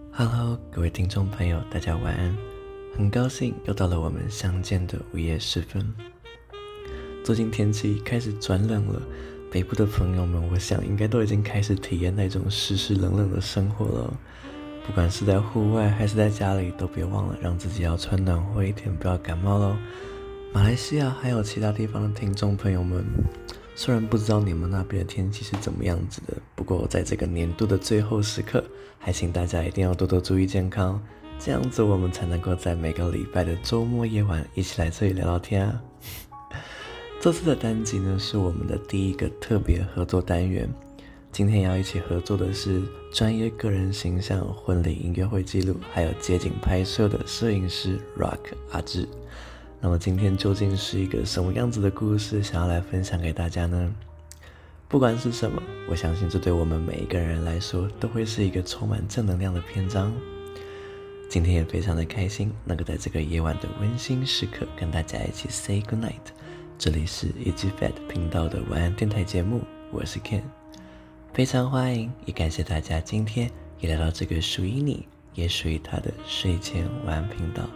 Hello，各位听众朋友，大家晚安。很高兴又到了我们相见的午夜时分。最近天气开始转冷了，北部的朋友们，我想应该都已经开始体验那种湿湿冷冷的生活了。不管是在户外还是在家里，都别忘了让自己要穿暖和一点，不要感冒咯。马来西亚还有其他地方的听众朋友们，虽然不知道你们那边的天气是怎么样子的，不过在这个年度的最后时刻，还请大家一定要多多注意健康，这样子我们才能够在每个礼拜的周末夜晚一起来这里聊聊天啊。这次的单集呢，是我们的第一个特别合作单元。今天要一起合作的是专业个人形象、婚礼音乐会记录还有街景拍摄的摄影师 Rock 阿志。那么今天究竟是一个什么样子的故事想要来分享给大家呢？不管是什么，我相信这对我们每一个人来说都会是一个充满正能量的篇章。今天也非常的开心能够在这个夜晚的温馨时刻跟大家一起 say good night。 这里是 Easy Fat 频道的晚安电台节目，我是 Ken， 非常欢迎也感谢大家今天也来到这个属于你也属于他的睡前晚安频道。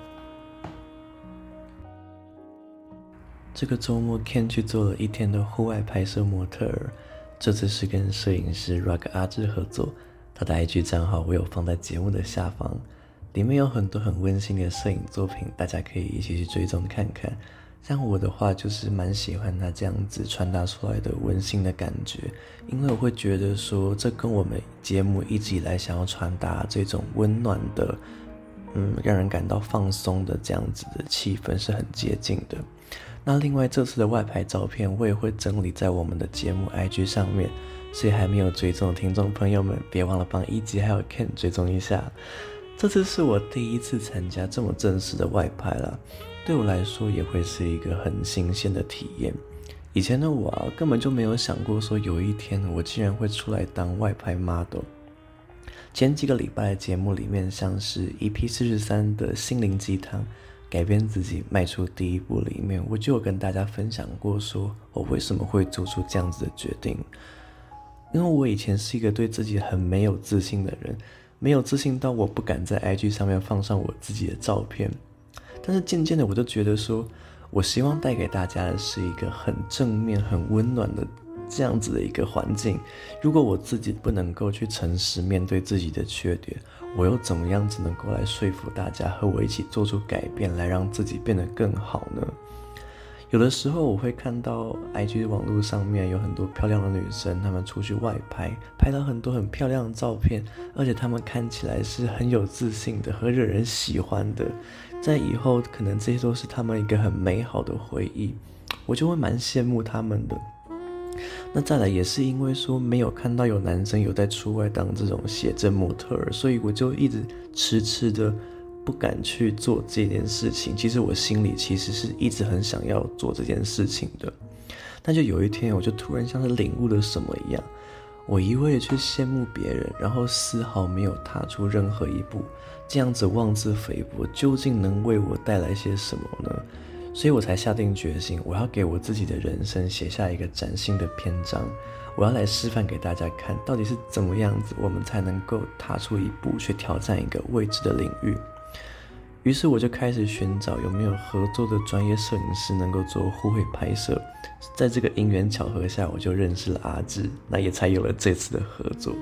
这个周末 Ken 去做了一天的户外拍摄模特儿，这次是跟摄影师 Rock 阿志合作，他的 IG 账号我有放在节目的下方，里面有很多很温馨的摄影作品，大家可以一起去追踪看看。像我的话就是蛮喜欢他这样子传达出来的温馨的感觉，因为我会觉得说这跟我们节目一直以来想要传达这种温暖的让人感到放松的这样子的气氛是很接近的。那另外这次的外拍照片我也会整理在我们的节目 IG 上面，所以还没有追踪的听众朋友们别忘了帮一集还有 Ken 追踪一下。这次是我第一次参加这么正式的外拍啦，对我来说也会是一个很新鲜的体验。以前的我根本就没有想过说有一天我竟然会出来当外拍 model。前几个礼拜的节目里面，像是 EP43 的心灵鸡汤改变自己迈出第一步里面，我就有跟大家分享过说我为什么会做出这样子的决定。因为我以前是一个对自己很没有自信的人，没有自信到我不敢在 IG 上面放上我自己的照片。但是渐渐的我就觉得说我希望带给大家的是一个很正面很温暖的这样子的一个环境。如果我自己不能够去诚实面对自己的缺点，我又怎么样子能够来说服大家和我一起做出改变，来让自己变得更好呢？有的时候我会看到 IG 网络上面有很多漂亮的女生，她们出去外拍，拍到很多很漂亮的照片，而且她们看起来是很有自信的，很惹人喜欢的，在以后可能这些都是她们一个很美好的回忆，我就会蛮羡慕她们的。那再来也是因为说没有看到有男生有在出外当这种写真模特儿，所以我就一直迟迟的不敢去做这件事情。其实我心里其实是一直很想要做这件事情的，但就有一天我就突然像是领悟了什么一样，我一味的去羡慕别人，然后丝毫没有踏出任何一步，这样子妄自菲薄究竟能为我带来些什么呢？所以我才下定决心，我要给我自己的人生写下一个崭新的篇章，我要来示范给大家看，到底是怎么样子我们才能够踏出一步去挑战一个未知的领域。于是我就开始寻找有没有合作的专业摄影师能够做互惠拍摄，在这个因缘巧合下，我就认识了阿志，那也才有了这次的合作。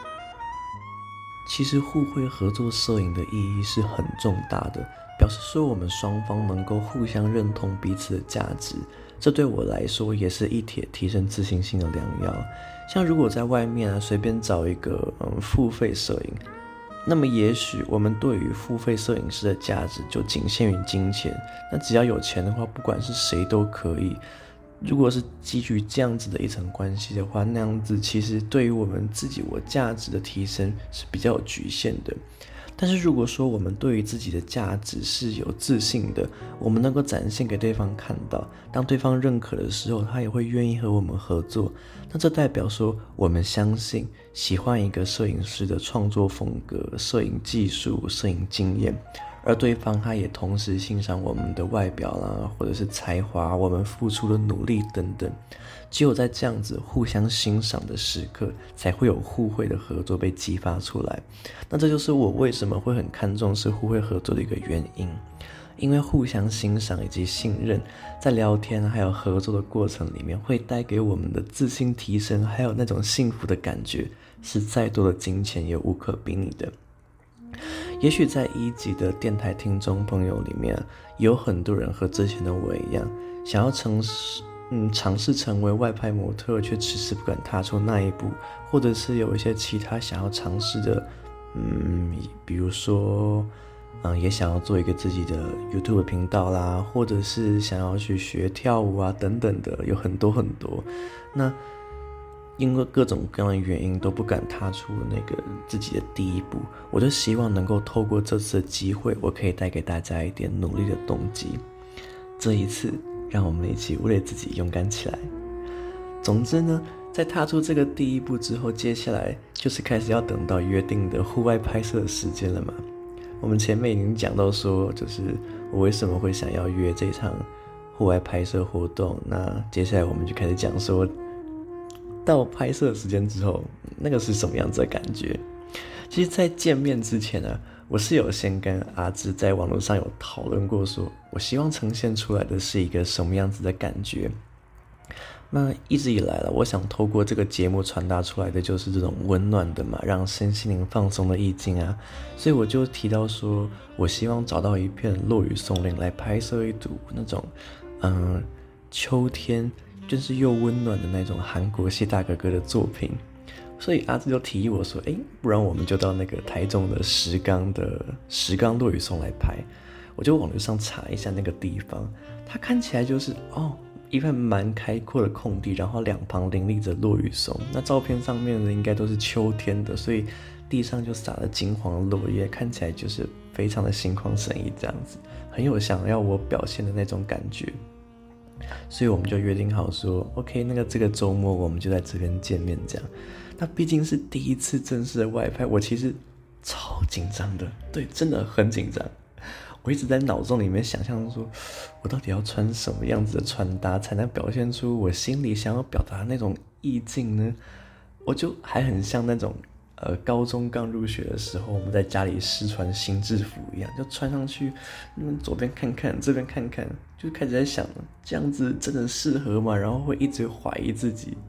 其实互惠合作摄影的意义是很重大的，表示说我们双方能够互相认同彼此的价值，这对我来说也是一帖提升自信心的良药。像如果在外面随便找一个付费摄影，那么也许我们对于付费摄影师的价值就仅限于金钱，那只要有钱的话，不管是谁都可以。如果是基于这样子的一层关系的话，那样子其实对于我们自己价值的提升是比较有局限的。但是如果说我们对于自己的价值是有自信的，我们能够展现给对方看到，当对方认可的时候，他也会愿意和我们合作。那这代表说我们相信喜欢一个摄影师的创作风格、摄影技术、摄影经验， 而对方他也同时欣赏我们的外表啦，或者是才华，我们付出的努力等等。只有在这样子互相欣赏的时刻，才会有互惠的合作被激发出来。那这就是我为什么会很看重是互惠合作的一个原因，因为互相欣赏以及信任，在聊天还有合作的过程里面，会带给我们的自信提升，还有那种幸福的感觉，是再多的金钱也无可比拟的。也许在1集的电台听众朋友里面，有很多人和之前的我一样，想要尝试成为外拍模特，却迟迟不敢踏出那一步，或者是有一些其他想要尝试的，比如说也想要做一个自己的 YouTube 频道啦，或者是想要去学跳舞啊等等的，有很多很多。那因为各种各样的原因都不敢踏出那个自己的第一步，我就希望能够透过这次的机会，我可以带给大家一点努力的动机。这一次让我们一起为了自己勇敢起来。总之呢，在踏出这个第一步之后，接下来就是开始要等到约定的户外拍摄的时间了嘛。我们前面已经讲到说，就是我为什么会想要约这场户外拍摄活动，那接下来我们就开始讲说，到拍摄时间之后，那个是什么样子的感觉。其实在见面之前呢，我是有先跟阿芝在网络上有讨论过说，我希望呈现出来的是一个什么样子的感觉。那一直以来了，我想透过这个节目传达出来的就是这种温暖的嘛，让身心灵放松的意境啊。所以我就提到说，我希望找到一片落雨松林来拍摄一组那种秋天就是又温暖的那种韩国谢大哥哥的作品。所以阿芝就提议我说，不然我们就到那个台中的石冈落雨松来拍。我就网络上查一下那个地方，它看起来就是一片蛮开阔的空地，然后两旁林立着落雨松。那照片上面的应该都是秋天的，所以地上就撒了金黄的落叶，看起来就是非常的心旷神怡，这样子很有想要我表现的那种感觉。所以我们就约定好说 OK， 这个周末我们就在这边见面这样。那毕竟是第一次正式的外拍，我其实超紧张的，对，真的很紧张。我一直在脑中里面想象说，我到底要穿什么样子的穿搭才能表现出我心里想要表达的那种意境呢？我就还很像那种高中刚入学的时候，我们在家里试穿新制服一样，就穿上去，左边看看，这边看看，就开始在想，这样子真的适合吗？然后会一直怀疑自己。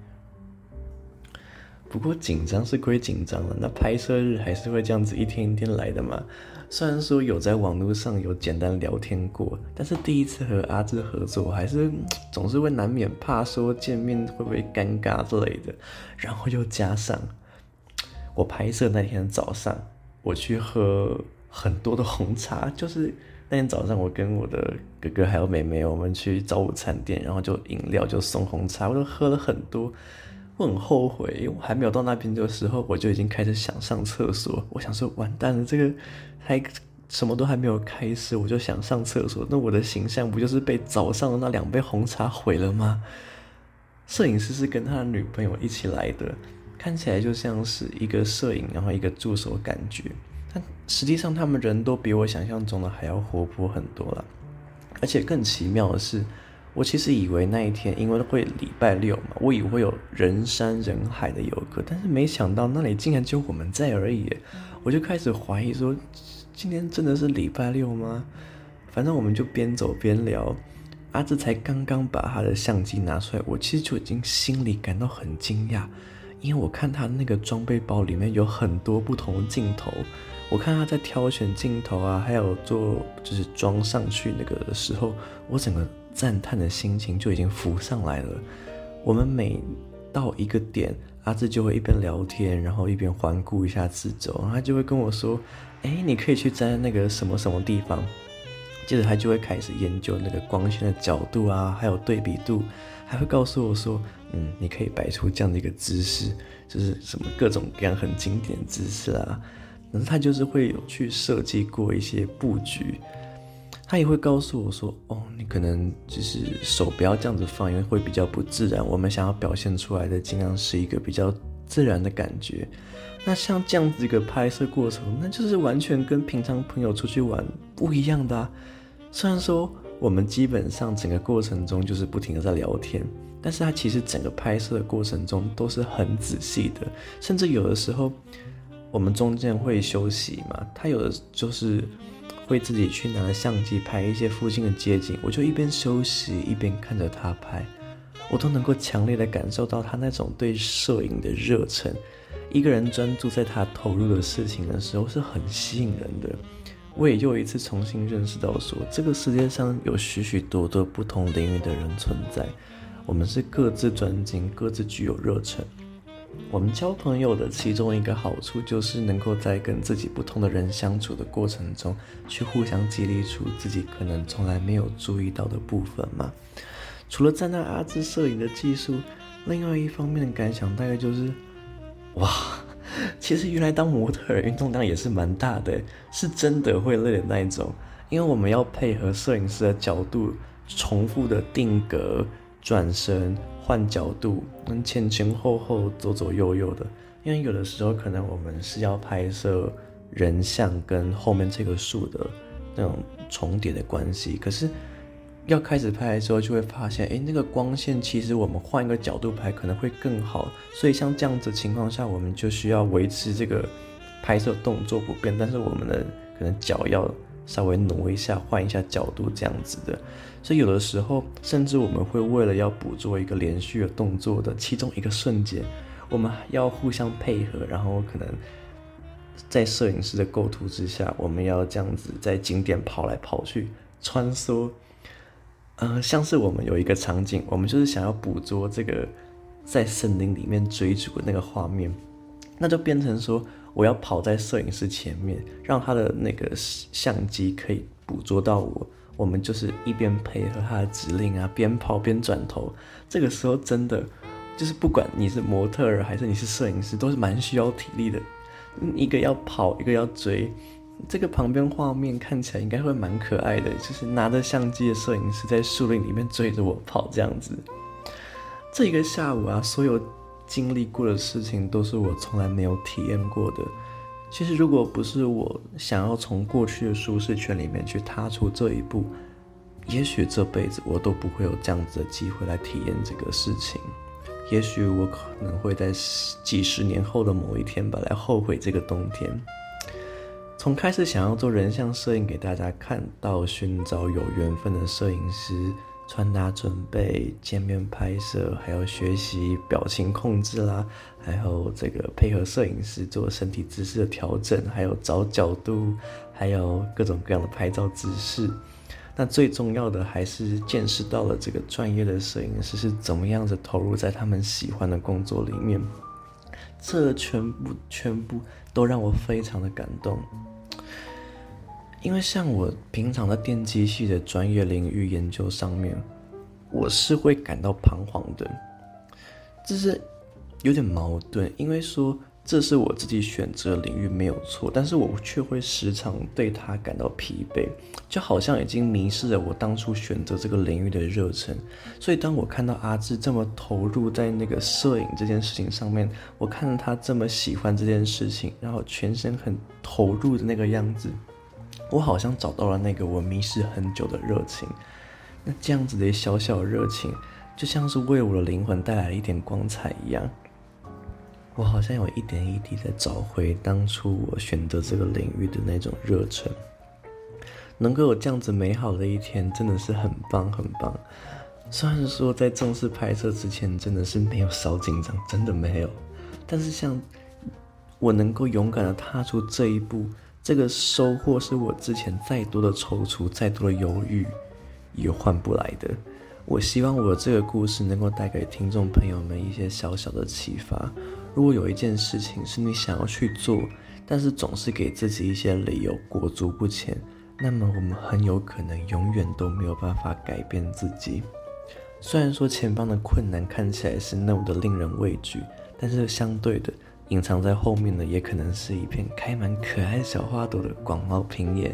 不过紧张是归紧张了，那拍摄日还是会这样子一天一天来的嘛。虽然说有在网络上有简单聊天过，但是第一次和阿芝合作，还是总是会难免怕说见面会不会尴尬之类的。然后又加上我拍摄那天早上，我去喝很多的红茶，就是那天早上我跟我的哥哥还有妹妹，我们去早午餐店，然后就饮料就送红茶，我就喝了很多。我很后悔，因为我还没有到那边的时候，我就已经开始想上厕所。我想说，完蛋了，这个还什么都还没有开始，我就想上厕所，那我的形象不就是被早上的那2杯红茶毁了吗？摄影师是跟他的女朋友一起来的，看起来就像是一个摄影，然后一个助手的感觉。但实际上他们人都比我想象中的还要活泼很多啦。而且更奇妙的是，我其实以为那一天因为会礼拜六嘛，我以为会有人山人海的游客，但是没想到那里竟然就我们在而已。我就开始怀疑说，今天真的是礼拜六吗？反正我们就边走边聊。阿芝才刚刚把他的相机拿出来，我其实就已经心里感到很惊讶，因为我看他那个装备包里面有很多不同的镜头，我看他在挑选镜头啊，还有就是装上去那个的时候，我整个赞叹的心情就已经浮上来了。我们每到一个点，阿芝就会一边聊天，然后一边环顾一下四周，然后他就会跟我说，你可以去站在那个什么什么地方。接着他就会开始研究那个光线的角度啊，还有对比度，还会告诉我说，你可以摆出这样的一个姿势，就是什么各种各样很经典的姿势啊。但是他就是会有去设计过一些布局，他也会告诉我说，你可能就是手不要这样子放，因为会比较不自然。我们想要表现出来的尽量是一个比较自然的感觉。那像这样子一个拍摄过程，那就是完全跟平常朋友出去玩不一样的啊。虽然说我们基本上整个过程中就是不停的在聊天，但是它其实整个拍摄的过程中都是很仔细的，甚至有的时候我们中间会休息嘛，他有的就是会自己去拿相机拍一些附近的街景，我就一边休息一边看着他拍，我都能够强烈的感受到他那种对摄影的热忱。一个人专注在他投入的事情的时候是很吸引人的。我也又一次重新认识到说，这个世界上有许许多多不同领域的人存在，我们是各自专精，各自具有热忱。我们交朋友的其中一个好处就是能够在跟自己不同的人相处的过程中，去互相激励出自己可能从来没有注意到的部分嘛。除了赞叹阿志摄影的技术，另外一方面的感想大概就是，哇，其实原来当模特儿运动量也是蛮大的，是真的会累的那一种。因为我们要配合摄影师的角度，重复的定格、转身、换角度，前前后后、左左右右的。因为有的时候可能我们是要拍摄人像跟后面这个树的那种重叠的关系，可是要开始拍的时候就会发现，那个光线其实我们换一个角度拍可能会更好，所以像这样子的情况下，我们就需要维持这个拍摄动作不变，但是我们的可能脚要稍微挪一下，换一下角度这样子的。所以有的时候甚至我们会为了要捕捉一个连续的动作的其中一个瞬间，我们要互相配合，然后可能在摄影师的构图之下，我们要这样子在景点跑来跑去穿梭。像是我们有一个场景，我们就是想要捕捉这个在森林里面追逐的那个画面，那就变成说我要跑在摄影师前面，让他的那个相机可以捕捉到我们就是一边配合他的指令啊，边跑边转头。这个时候真的就是不管你是模特儿还是你是摄影师，都是蛮需要体力的，一个要跑，一个要追。这个旁边画面看起来应该会蛮可爱的，就是拿着相机的摄影师在树林里面追着我跑这样子。这一个下午啊，所有经历过的事情都是我从来没有体验过的。其实如果不是我想要从过去的舒适圈里面去踏出这一步，也许这辈子我都不会有这样子的机会来体验这个事情。也许我可能会在几十年后的某一天吧，来后悔这个冬天。从开始想要做人像摄影给大家看，到寻找有缘分的摄影师，穿搭准备、见面拍摄，还有学习表情控制啦，还有这个配合摄影师做身体姿势的调整，还有找角度，还有各种各样的拍照姿势。那最重要的还是见识到了这个专业的摄影师是怎么样子投入在他们喜欢的工作里面，这全部都让我非常的感动。因为像我平常在电机系的专业领域研究上面，我是会感到彷徨的，这是有点矛盾。因为说这是我自己选择的领域没有错，但是我却会时常对它感到疲惫，就好像已经迷失了我当初选择这个领域的热忱。所以当我看到阿志这么投入在那个摄影这件事情上面，我看到他这么喜欢这件事情，然后全身很投入的那个样子，我好像找到了那个我迷失很久的热情。那这样子的小小的热情，就像是为我的灵魂带来了一点光彩一样。我好像有一点一滴在找回当初我选择这个领域的那种热忱。能够有这样子美好的一天，真的是很棒很棒。虽然说在正式拍摄之前真的是没有少紧张，真的没有，但是像我能够勇敢的踏出这一步，这个收获是我之前再多的踌躇，再多的犹豫也换不来的。我希望我这个故事能够带给听众朋友们一些小小的启发。如果有一件事情是你想要去做，但是总是给自己一些理由裹足不前，那么我们很有可能永远都没有办法改变自己。虽然说前方的困难看起来是那么的令人畏惧，但是相对的，隐藏在后面的也可能是一片开满可爱小花朵的广袤平野。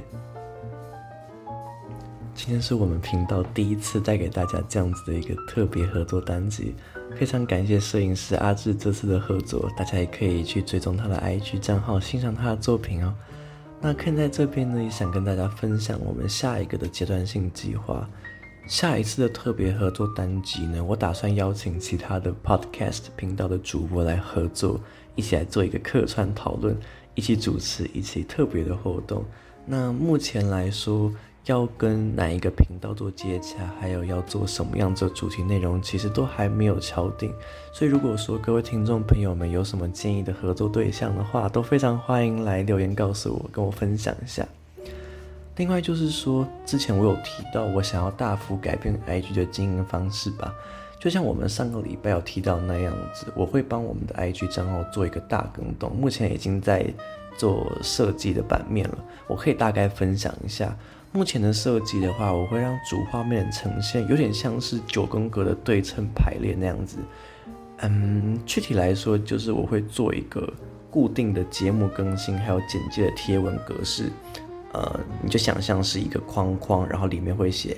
今天是我们频道第一次带给大家这样子的一个特别合作单集， 非常感谢摄影师阿志这次的合作，大家也可以去追踪他的 IG 账号，欣赏他的作品哦。那看在这边呢，也想跟大家分享我们下一个的阶段性计划。下一次的特别合作单集呢，我打算邀请其他的 podcast 频道的主播来合作，一起来做一个客串讨论，一起主持一起特别的活动。那目前来说，要跟哪一个频道做接洽，还有要做什么样子的主题内容，其实都还没有敲定。所以如果说各位听众朋友们有什么建议的合作对象的话，都非常欢迎来留言告诉我，跟我分享一下。另外就是说，之前我有提到我想要大幅改变 IG 的经营方式吧，就像我们上个礼拜有提到那样子，我会帮我们的 IG 账号做一个大更动，目前已经在做设计的版面了，我可以大概分享一下。目前的设计的话，我会让主画面呈现有点像是9宫格的对称排列那样子。具体来说就是我会做一个固定的节目更新还有简介的贴文格式。你就想象是一个框框，然后里面会写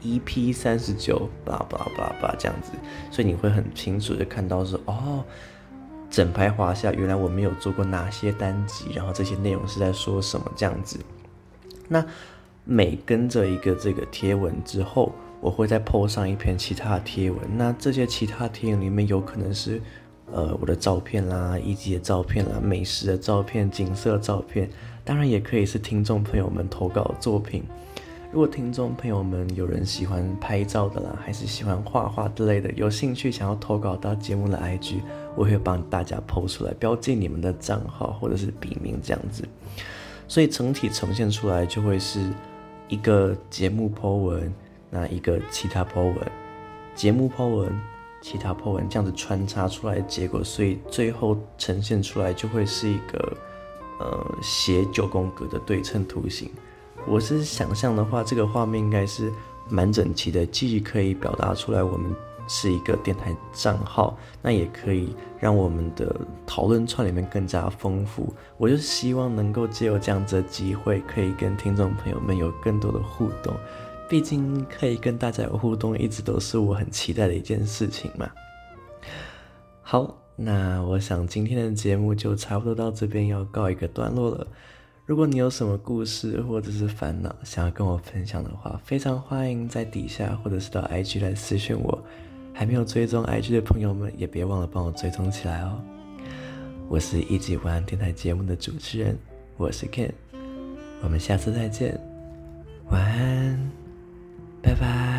EP39 blah blah blah blah 这样子，所以你会很清楚的看到说，整排滑下原来我们有做过哪些单集，然后这些内容是在说什么这样子。那每跟着一个这个贴文之后，我会再 po 上一篇其他的贴文，那这些其他贴文里面有可能是我的照片啦，一集的照片啦，美食的照片，景色的照片，当然也可以是听众朋友们投稿的作品。如果听众朋友们有人喜欢拍照的啦，还是喜欢画画之类的，有兴趣想要投稿到节目的 IG， 我会帮大家 po 出来，标记你们的账号或者是笔名这样子。所以整体呈现出来就会是一个节目 po 文，那一个其他 po 文，节目 po 文，其他 po 文，这样子穿插出来的结果，所以最后呈现出来就会是一个斜9宫格的对称图形。我是想象的话，这个画面应该是蛮整齐的，既可以表达出来我们是一个电台账号，那也可以让我们的讨论串里面更加丰富。我就希望能够借由这样子的机会，可以跟听众朋友们有更多的互动，毕竟可以跟大家有互动，一直都是我很期待的一件事情嘛。好，那我想今天的节目就差不多到这边要告一个段落了。如果你有什么故事或者是烦恼想要跟我分享的话，非常欢迎在底下或者是到 IG 来私讯我。还没有追踪 IG 的朋友们，也别忘了帮我追踪起来哦。我是一级晚安电台节目的主持人，我是 Ken， 我们下次再见，晚安，拜拜。